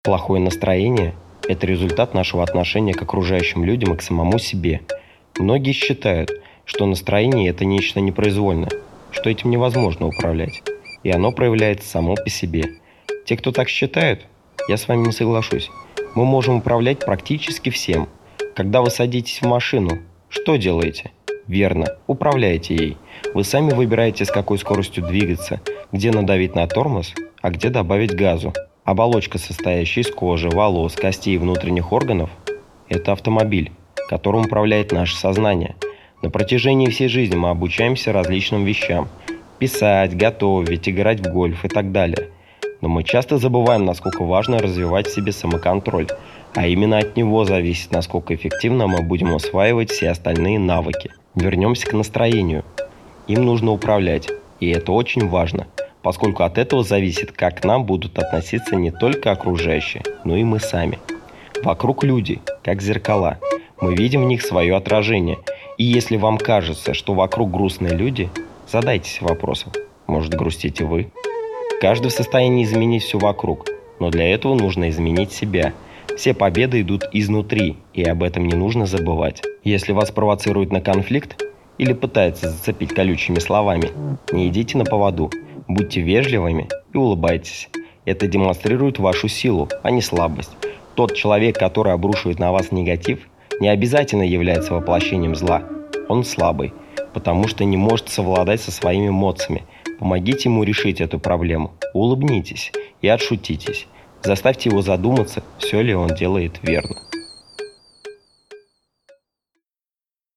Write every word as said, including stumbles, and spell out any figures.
Плохое настроение – это результат нашего отношения к окружающим людям и к самому себе. Многие считают, что настроение – это нечто непроизвольное, что этим невозможно управлять, и оно проявляется само по себе. Те, кто так считают, я с вами не соглашусь. Мы можем управлять практически всем. Когда вы садитесь в машину, что делаете? Верно, управляете ей. Вы сами выбираете, с какой скоростью двигаться, где надавить на тормоз, а где добавить газу. Оболочка, состоящая из кожи, волос, костей и внутренних органов – это автомобиль, которым управляет наше сознание. На протяжении всей жизни мы обучаемся различным вещам – писать, готовить, играть в гольф и так далее. Но мы часто забываем, насколько важно развивать в себе самоконтроль, а именно от него зависит, насколько эффективно мы будем усваивать все остальные навыки. Вернемся к настроению. Им нужно управлять, и это очень важно, поскольку от этого зависит, как к нам будут относиться не только окружающие, но и мы сами. Вокруг люди, как зеркала. Мы видим в них свое отражение. И если вам кажется, что вокруг грустные люди, задайтесь вопросом, может, грустите вы? Каждый в состоянии изменить все вокруг, но для этого нужно изменить себя. Все победы идут изнутри, и об этом не нужно забывать. Если вас провоцируют на конфликт или пытаются зацепить колючими словами, не идите на поводу. Будьте вежливыми и улыбайтесь. Это демонстрирует вашу силу, а не слабость. Тот человек, который обрушивает на вас негатив, не обязательно является воплощением зла. Он слабый, потому что не может совладать со своими эмоциями. Помогите ему решить эту проблему. Улыбнитесь и отшутитесь. Заставьте его задуматься, все ли он делает верно.